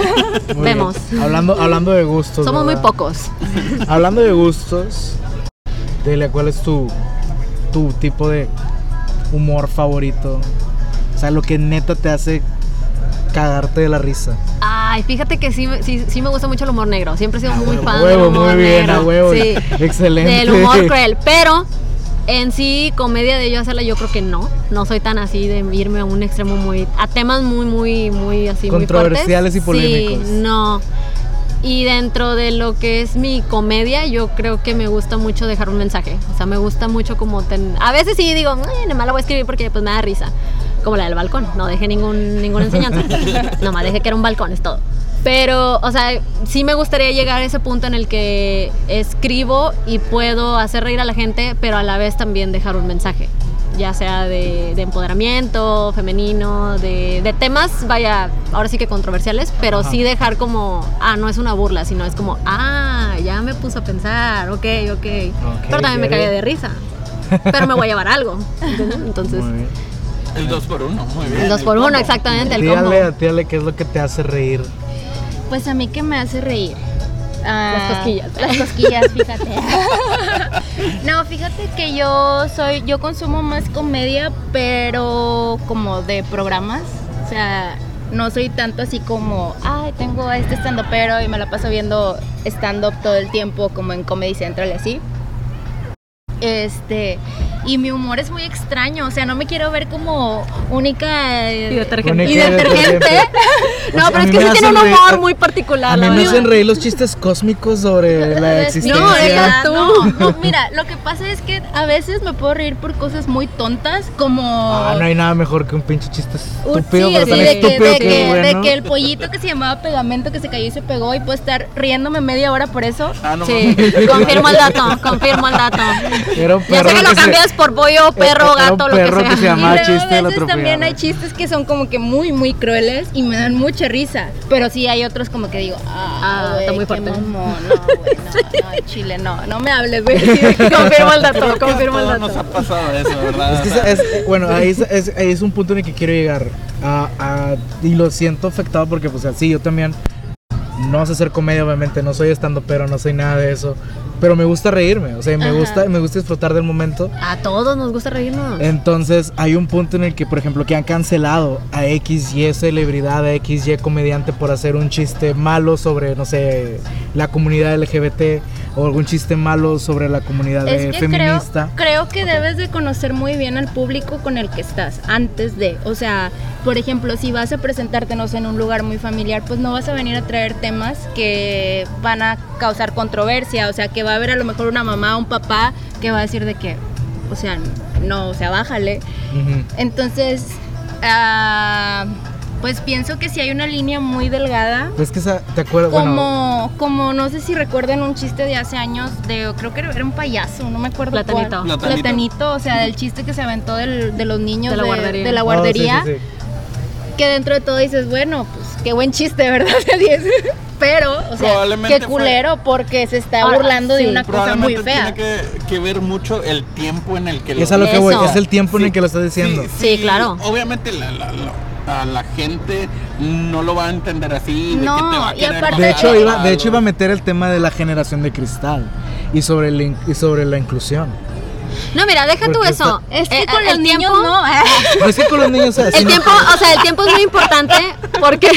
Muy Vemos. bien. Hablando, hablando de gustos. Somos muy ¿verdad? pocos. Hablando de gustos, Delia, ¿cuál es tu, tu tipo de humor favorito? O sea, lo que neta te hace cagarte de la risa. Ay, fíjate que sí, me- sí, sí me gusta mucho el humor negro. Siempre he sido A muy huevo, fan a huevo, del humor muy bien, negro. a huevo. Sí. Excelente. Del humor cruel. Pero en sí, comedia de yo hacerla, yo creo que no. No soy tan así de irme a un extremo muy. A temas muy, muy, muy así. muy Controversiales y fuertes. polémicos. Sí, no. Y dentro de lo que es mi comedia, yo creo que me gusta mucho dejar un mensaje. O sea, me gusta mucho como... ten- a veces sí digo, "Ay, nomás la voy a escribir porque pues me da risa". Como la del balcón. No dejé ningún, ninguna enseñanza. Nomás dejé que era un balcón, es todo. Pero, o sea, sí me gustaría llegar a ese punto en el que escribo y puedo hacer reír a la gente, pero a la vez también dejar un mensaje. Ya sea de, de empoderamiento femenino, de, de temas, vaya, ahora sí que controversiales, pero Ajá. sí dejar como, ah, no es una burla, sino es como, ah, ya me puso a pensar, ok, ok. Pero también me get cagué it. de risa. Pero me voy a llevar algo. ¿Entiendes? Entonces, Muy bien. El dos por uno, muy bien. el dos por uno, exactamente, el combo. Dígale, dígale qué es lo que te hace reír. Pues a mí que me hace reír. Ah, Las cosquillas. Las cosquillas, fíjate. No, fíjate que yo soy, yo consumo más comedia, pero como de programas. O sea, no soy tanto así como, ay, tengo a este stand-upero y me la paso viendo stand-up todo el tiempo, como en Comedy Central y así. Este, y mi humor es muy extraño, o sea, no me quiero ver como única Y eh, detergente. Única Y detergente. No, O sea, pero a es mí que me sí tiene un hacen humor reír- muy particular. A mí la me verdad. hacen reír los chistes cósmicos sobre la existencia. No, deja tú. No, no, mira, lo que pasa es que a veces me puedo reír por cosas muy tontas, como Ah, no hay nada mejor que un pinche chiste un- estúpido, sí, pero sí, tan de, que, estúpido de, que, que, es de bueno. que el pollito que se llamaba Pegamento que se cayó y se pegó y puedo estar riéndome media hora por eso. Ah, no Sí, mames. confirmo el dato, confirmo el dato. Era un Ya sé perro que lo se- cambias por pollo, perro, era un gato, lo que perro que sea. se Y llama- Ah, luego chiste, a lo veces también atropellaron. hay chistes que son como que muy, muy crueles y me dan mucha risa. Pero sí hay otros como que digo, ah, Ah, güey, está muy qué fuerte. mamón, no, güey, no, no, Chile, no, no me hables, güey. Confirmo el dato, Creo que a confirmo el todos nos dato. ha pasado eso, ¿verdad? Es que O sea, es- es- bueno, ahí es, es- ahí es un punto en el que quiero llegar. A- a- y lo siento afectado porque, pues, así yo también no sé hacer comedia, obviamente. No soy estando, pero no soy nada de eso. Pero me gusta reírme, o sea, me Ajá. gusta, me gusta disfrutar del momento. A todos nos gusta reírnos. Entonces hay un punto en el que, por ejemplo, que han cancelado a X Y celebridad, a X Y comediante por hacer un chiste malo sobre, no sé, la comunidad L G B T o algún chiste malo sobre la comunidad Es eh, que creo, feminista. creo que debes de conocer muy bien al público con el que estás antes de, o sea, por ejemplo, si vas a presentarte, no sé, en un lugar muy familiar, pues no vas a venir a traer temas que van a causar controversia, o sea, que va a haber a lo mejor una mamá o un papá que va a decir de que, o sea, no, o sea, bájale. Ujú. Entonces, ah, pues pienso que si hay una línea muy delgada. Es que esa, ¿te acuerdas? Bueno, Como, como no sé si recuerdan un chiste de hace años de, creo que era un payaso, no me acuerdo Platanito. cuál. Platanito. Platanito, o sea, del chiste que se aventó del- de los niños De la guardería. de la oh, guardería, sí, sí, sí. que dentro de todo dices, bueno, pues qué buen chiste, ¿verdad? De diez. Pero, o sea, Probablemente qué culero porque se está Ahora, burlando sí. de una cosa muy probablemente fea. tiene que, que ver mucho el tiempo en el que Es a lo que Eso. voy, es el tiempo en el Sí, que lo estás diciendo. Sí, claro. Obviamente la, la, la, a la gente no lo va a entender así, de No, que te va a y querer aparte- De bajar hecho, o iba, de algo. hecho iba a meter el tema de la generación de cristal y sobre, la in- y sobre la inclusión. No, mira, deja tú Porque eso. Es que Eh, con el los niños tiempo- no. No es que con los niños, o sea, El sí, no- tiempo, o sea, el tiempo es muy importante porque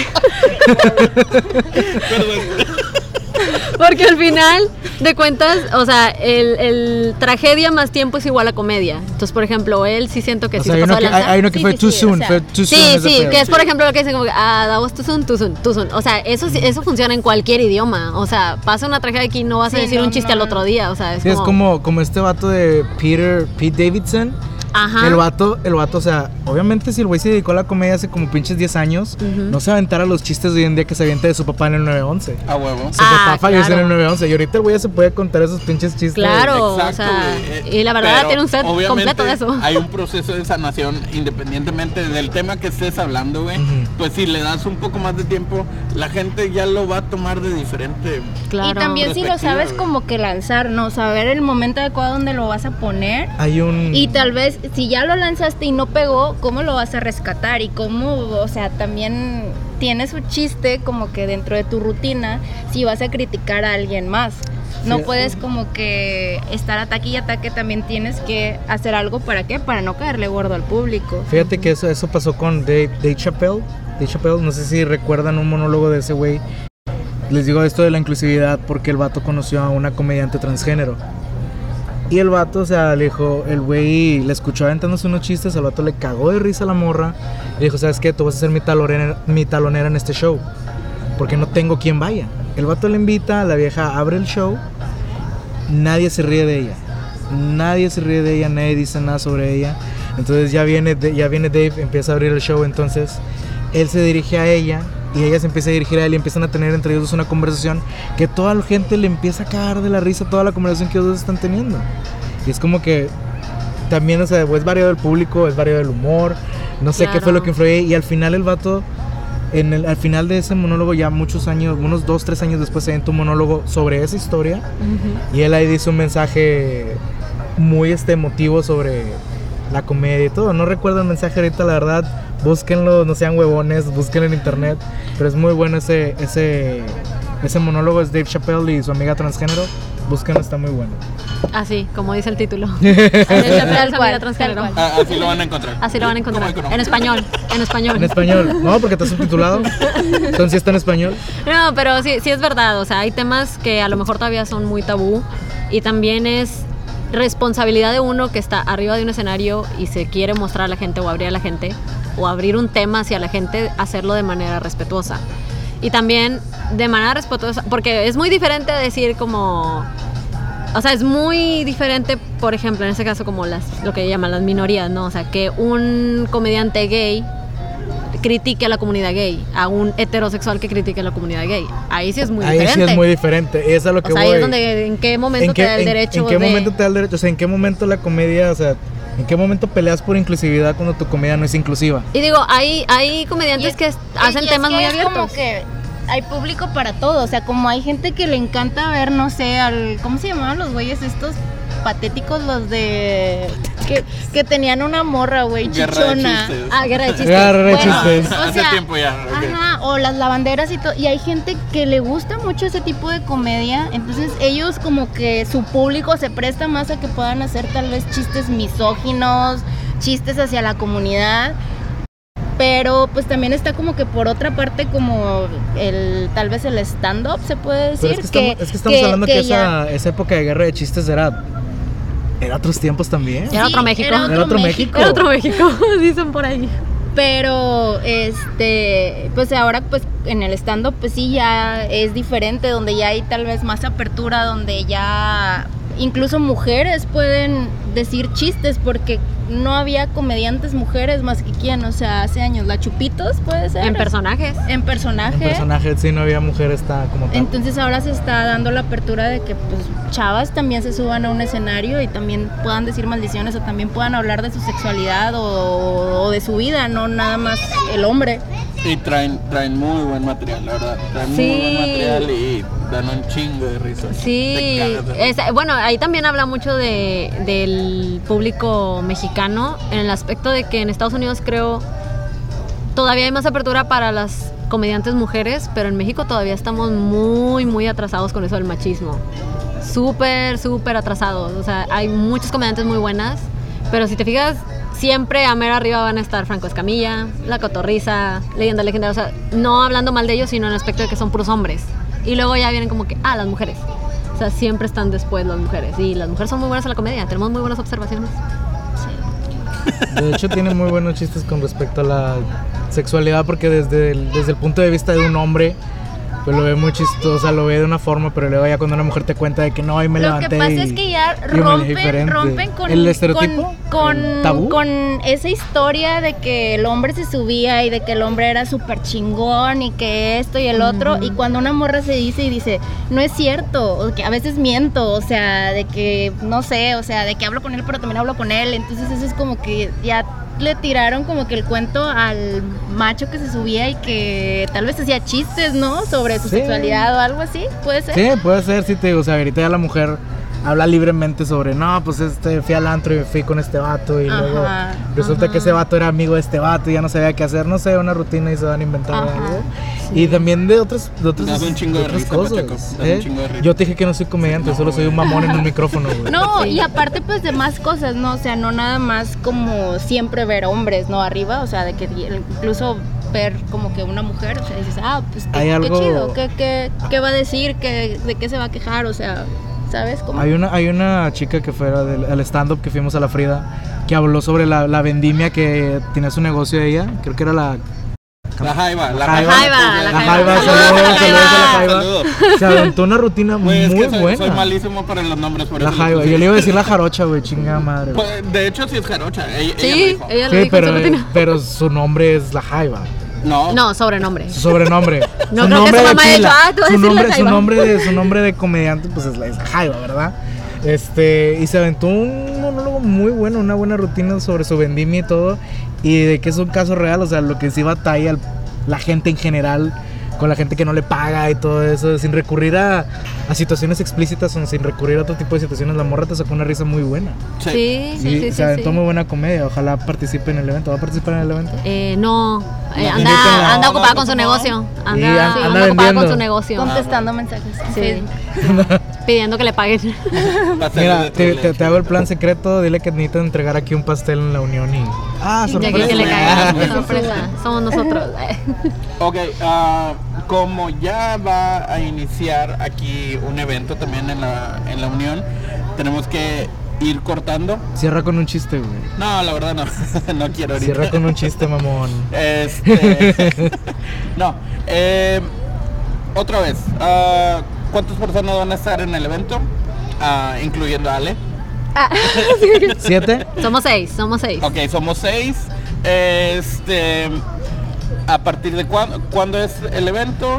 porque al final de cuentas, o sea, el, el tragedia más tiempo es igual a comedia. Entonces, por ejemplo, él sí siento que o sí sea, se hay pasó uno de que, hay, lanza. hay uno que Sí, fue sí, too sí, soon, o sea, fue too soon. Sí, ese sí, pedo. que es por ejemplo lo que dicen como que, ah, that was too soon, too soon, too soon. O sea, eso sí- eso funciona en cualquier idioma. O sea, pasa una tragedia aquí y no vas a Sí, decir no, un chiste no. al otro día. O sea, es Sí, es como, como, como este vato de Peter, Pete Davidson. ajá. El vato, el vato, o sea, obviamente si el güey se dedicó a la comedia hace como pinches diez años, Ujú. no se aventara los chistes de hoy en día que se avienta de su papá en el nueve once. A huevo. Su Ah, papá falleció claro. en el nueve once y ahorita el güey ya se puede contar esos pinches chistes. Claro, Exacto, o sea, güey. y la verdad Pero tiene un set obviamente completo de eso. Hay un proceso de sanación independientemente del tema que estés hablando, güey. Ujú. Pues si le das un poco más de tiempo, la gente ya lo va a tomar de diferente. Claro. Y también si lo Perspectiva, sabes güey. como que lanzar, ¿no? Saber el momento adecuado donde lo vas a poner. Hay un... Y tal vez si ya lo lanzaste y no pegó, ¿cómo lo vas a rescatar? Y cómo, o sea, también tiene su chiste como que dentro de tu rutina si vas a criticar a alguien más. No Sí. puedes como que estar ataque y ataque, también tienes que hacer algo para qué, para no caerle gordo al público. Fíjate que eso, eso pasó con Dave, Dave Chappelle. Dave Chappelle, no sé si recuerdan un monólogo de ese güey. Les digo esto de la inclusividad porque el vato conoció a una comediante transgénero. Y el vato, o sea, le dijo, el güey le escuchó aventándose unos chistes, al vato le cagó de risa a la morra. Le dijo, ¿sabes qué? Tú vas a ser mi talonera, mi talonera en este show. Porque no tengo quien vaya. El vato le invita, la vieja abre el show. Nadie se ríe de ella. Nadie se ríe de ella, nadie dice nada sobre ella. Entonces ya viene, ya viene Dave, empieza a abrir el show. Entonces él se dirige a ella y ella se empieza a dirigir a él y empiezan a tener entre ellos dos una conversación que toda la gente le empieza a cagar de la risa toda la conversación que ellos dos están teniendo. Y es como que también, o sea, es variado el público, es variado el humor, no sé qué fue Claro. lo que influyó. Y al final el vato, en el, al final de ese monólogo, ya muchos años, unos dos, tres años después, se aventó un monólogo sobre esa historia. Ujú. Y él ahí dice un mensaje muy este, emotivo sobre la comedia y todo. No recuerdo el mensaje ahorita, la verdad. Búsquenlo, no sean huevones, búsquenlo en internet. Pero es muy bueno ese, ese, ese monólogo. Es Dave Chappelle y su amiga transgénero. Búsquenlo, está muy bueno. Así, como dice el título. Tal cual, transgénero. tal cual. Ah, así lo van a encontrar. Así lo van a encontrar. Como económico. En español, en español. En español. No, porque está subtitulado. Entonces sí está en español. No, pero sí, sí es verdad, o sea, hay temas que a lo mejor todavía son muy tabú y también es responsabilidad de uno que está arriba de un escenario y se quiere mostrar a la gente o abrir a la gente o abrir un tema hacia la gente, hacerlo de manera respetuosa. Y también de manera respetuosa, porque es muy diferente decir como... O sea, es muy diferente, por ejemplo, en este caso como las, lo que llaman las minorías, ¿no? O sea, que un comediante gay critique a la comunidad gay, a un heterosexual que critique a la comunidad gay. Ahí sí es muy Ahí diferente. sí es muy diferente. Es a lo que o sea, voy. ahí es donde, ¿en qué momento ¿En qué, te da el en- derecho ¿En qué de... momento te da el derecho? O sea, ¿en qué momento la comedia, o sea, en qué momento peleas por inclusividad cuando tu comedia no es inclusiva? Y digo, hay, hay comediantes Y es- que es- hacen y es temas que muy es abiertos. como que hay público para todo, o sea, como hay gente que le encanta ver, no sé, al ¿cómo se llamaban los güeyes estos patéticos, los de que, que tenían una morra, güey, Guerra de chichona? chistes. Ah, guerra de chistes. Guerra de Bueno, chistes. o Hace sea, tiempo ya. ok. Ajá, o las lavanderas y todo. Y hay gente que le gusta mucho ese tipo de comedia. Entonces ellos como que su público se presta más a que puedan hacer tal vez chistes misóginos, chistes hacia la comunidad. Pero pues también está como que por otra parte como el tal vez el stand-up se puede decir. Pero es que estamos, es que estamos hablando que, ya- esa, esa época de guerra de chistes era... Era otros tiempos también. Era otro México. Era otro, Era otro México. México. Era otro México, dicen por ahí. Pero este, pues ahora pues en el stand-up pues sí ya es diferente, donde ya hay tal vez más apertura, donde ya incluso mujeres pueden decir chistes, porque no había comediantes mujeres más que quién, o sea, hace años, la Chupitos puede ser. En personajes. En personaje. En personaje, sí, no había mujer esta como tal. Entonces ahora se está dando la apertura de que pues chavas también se suban a un escenario y también puedan decir maldiciones o también puedan hablar de su sexualidad o, o de su vida, no nada más el hombre. Y traen, traen muy buen material, la verdad. Traen Sí. muy buen material y dan un chingo de risa. Sí, Te cagas de risa. es- bueno, ahí también habla mucho de, del público mexicano, en el aspecto de que en Estados Unidos creo todavía hay más apertura para las comediantes mujeres, pero en México todavía estamos muy, muy atrasados con eso del machismo. súper, súper atrasados. O sea, hay muchos comediantes muy buenas, pero si te fijas, siempre a mero arriba van a estar Franco Escamilla, La Cotorrisa, Leyenda Legendaria. O sea, no hablando mal de ellos, sino en el aspecto de que son puros hombres. Y luego ya vienen como que, ah, las mujeres. O sea, siempre están después las mujeres. Y las mujeres son muy buenas en la comedia. Tenemos muy buenas observaciones. De hecho, tiene muy buenos chistes con respecto a la sexualidad, porque desde el, desde el punto de vista de un hombre, pues lo ve muy chistoso, o sea, lo ve de una forma, pero luego ya cuando una mujer te cuenta de que no, ahí me Lo levanté. que pasa y, es que ya y me rompen, diferente. rompen con, ¿El estereotipo? con, ¿El con, tabú? con esa historia de que el hombre se subía y de que el hombre era súper chingón y que esto y el otro. Y cuando una morra se dice y dice, no es cierto, o que a veces miento, o sea, de que, no sé, o sea, de que hablo con él pero también hablo con él. Entonces eso es como que ya le tiraron como que el cuento al macho que se subía y que tal vez hacía chistes, ¿no? Sobre su Sí. sexualidad o algo así, ¿puede ser? Sí, puede ser, sí te digo, o sea, ahorita ya la mujer habla libremente sobre, no, pues este, fui al antro y fui con este vato y Ajá, luego resulta ajá. que ese vato era amigo de este vato y ya no sabía qué hacer, no sé, una rutina y se van a inventar Ajá, algo. Y también de otras, de otras, Das un chingo de otras risa, cosas. Pacheco, das un ¿eh? chingo de risa. Yo te dije que no soy comediante, No, solo soy un güey. mamón en un micrófono, güey. No, Sí. y aparte pues de más cosas, ¿no? O sea, no nada más como siempre ver hombres, ¿no? Arriba, o sea, de que incluso ver como que una mujer, o sea, dices, ah, pues qué, Hay qué algo- chido, ¿qué, qué, qué va a decir, ¿Qué, de qué se va a quejar, o sea, ¿sabes? Como... Hay una, hay una chica que fue del al stand-up que fuimos a la Frida, que habló sobre la, la vendimia que tenía su negocio de ella, creo que era la... La jaiba, la Jaiba. Jaiba, La la Jaiba, Jaiba. saludos, Saludos, saludos a la Jaiba. Saludos. Se aventó una rutina muy Güey, es que soy, buena. soy malísimo para los nombres, por La eso le Jaiba, puse- yo le iba a decir la jarocha, güey, chingada madre. güey. Pues, de hecho, sí es jarocha. Ella, ella lo Sí, dijo. ella lo Sí, dijo en pero, su rutina. pero su nombre es la Jaiba. No, No, sobrenombre. Su sobrenombre. No su creo que nombre su de mamá haya pila, dicho, ah, tú vas a su decir la nombre, su Jaiba. nombre de su nombre de comediante pues es la, es la Jaiba, ¿verdad? Este, y se aventó un monólogo muy bueno, una buena rutina sobre su vendimia y todo, y de que es un caso real, o sea, lo que sí batalla el- la gente en general con la gente que no le paga y todo eso, sin recurrir a, a situaciones explícitas o sin recurrir a otro tipo de situaciones. La morra te sacó una risa muy buena. sí. Sí, sí, Y sí, se sí, aventó sí. muy buena comedia. Ojalá participe en el evento. ¿Va a participar en el evento? Eh, no, eh, No, anda, invítenla. anda ocupada No, con su no. negocio. Anda, Sí, anda anda ocupada vendiendo. con su negocio. Contestando mensajes. en Sí. Facebook. Pidiendo que le paguen. Pasteles Mira, de te, tres te- leches. te hago el plan secreto. Dile que necesito entregar aquí un pastel en la unión y... ¡Ah, De sorpresa! aquí que le caiga. Sorpresa. Sorpresa. Somos nosotros. Ok, ah, como ya va a iniciar aquí un evento también en la, en la Unión, tenemos que ir cortando. Cierra con un chiste, güey. No, la verdad no, no quiero ahorita. Cierra con un chiste, mamón. Este, no, eh, otra vez, ah, ¿cuántas personas van a estar en el evento? Ah, incluyendo a Ale. ¿Siete? Somos seis, somos seis. Ok, somos seis. Este, ¿a partir de cuándo, cuándo es el evento?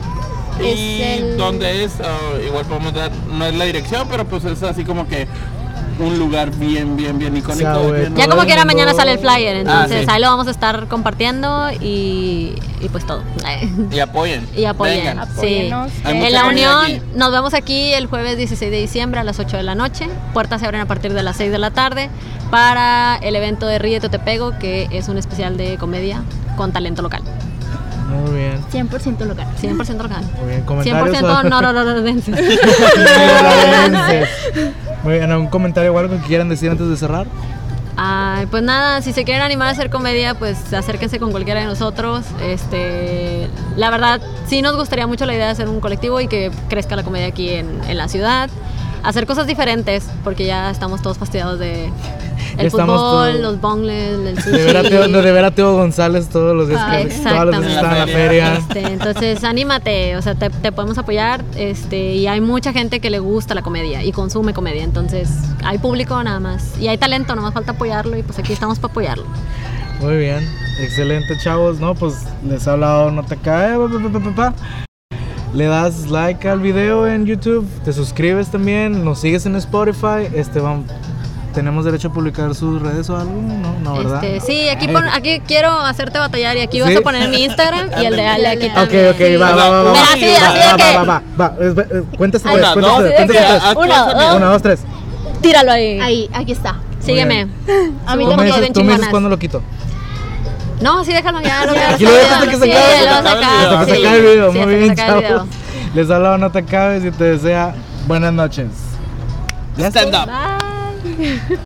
Y Es el- dónde es, Ah, igual podemos dar, no es la dirección, pero pues es así como que un lugar bien, bien, bien icónico. O sea, güey, bien- Ya todo como el quiera mundo- mañana sale el flyer, entonces sí. ahí lo vamos a estar compartiendo y, y pues todo. Y apoyen. Y apoyen. Vengan. Sí. Apóyennos. Hay En mucha la gente Unión aquí. nos vemos aquí el jueves dieciséis de diciembre a las ocho de la noche. Puertas se abren a partir de las seis de la tarde para el evento de Ríete o Te Pego, que es un especial de comedia con talento local. Muy bien. cien por ciento local. cien por ciento local. Muy bien. cien por ¿Comentarios? ciento nororodenses. Neolorenses. Muy bien. ¿Algún comentario o algo que quieran decir antes de cerrar? Ay, pues nada, si se quieren animar a hacer comedia, pues acérquense con cualquiera de nosotros. Este, la verdad, sí nos gustaría mucho la idea de hacer un colectivo y que crezca la comedia aquí en, en la ciudad. Hacer cosas diferentes, porque ya estamos todos fastidiados de el Estamos fútbol, todos- los bongles, el sushi. De ver a Teo, de ver a Teo González todos los días, Ah, que, todos los días exactamente. está en la feria. Este, entonces, anímate, o sea, te, te podemos apoyar. Este, y hay mucha gente que le gusta la comedia y consume comedia. Entonces, hay público nada más. Y hay talento, nada más falta apoyarlo. Y pues aquí estamos para apoyarlo. Muy bien, excelente, chavos. No, pues les ha hablado No Te Cae. pa, pa, pa, pa, pa. Le das like al video en YouTube, te suscribes también, nos sigues en Spotify. Este, vamos, ¿tenemos derecho a publicar sus redes o algo? No, no, ¿verdad? Este, sí, aquí, Ay. pon- aquí quiero hacerte batallar y aquí vas ¿Sí? a poner mi Instagram y el de Ale aquí Ok, Ok, también. ok, va, va, va, va. Mira, va, así, va, así va, de que- va, va, va, va, es- eh, Cuéntate Una, tres, dos, cuéntate tres, de cuéntate que- tres. Uno, dos, Una, dos, tres. Tíralo ahí. Ahí, aquí está. Sígueme. A mí Tú me Somos dices, bien tú me dices chingonas. cuándo lo quito. No, sí, déjalo ya. Lo Aquí lo dejas hasta que se Sí, acabe. lo vas a Hasta que sacar. Hasta que se sí. acabe el video, Sí, muy hasta que bien, se acabe el chavos. video. Les hablaba No Te Acabes y te desea Buenas noches. Stand up. Bye.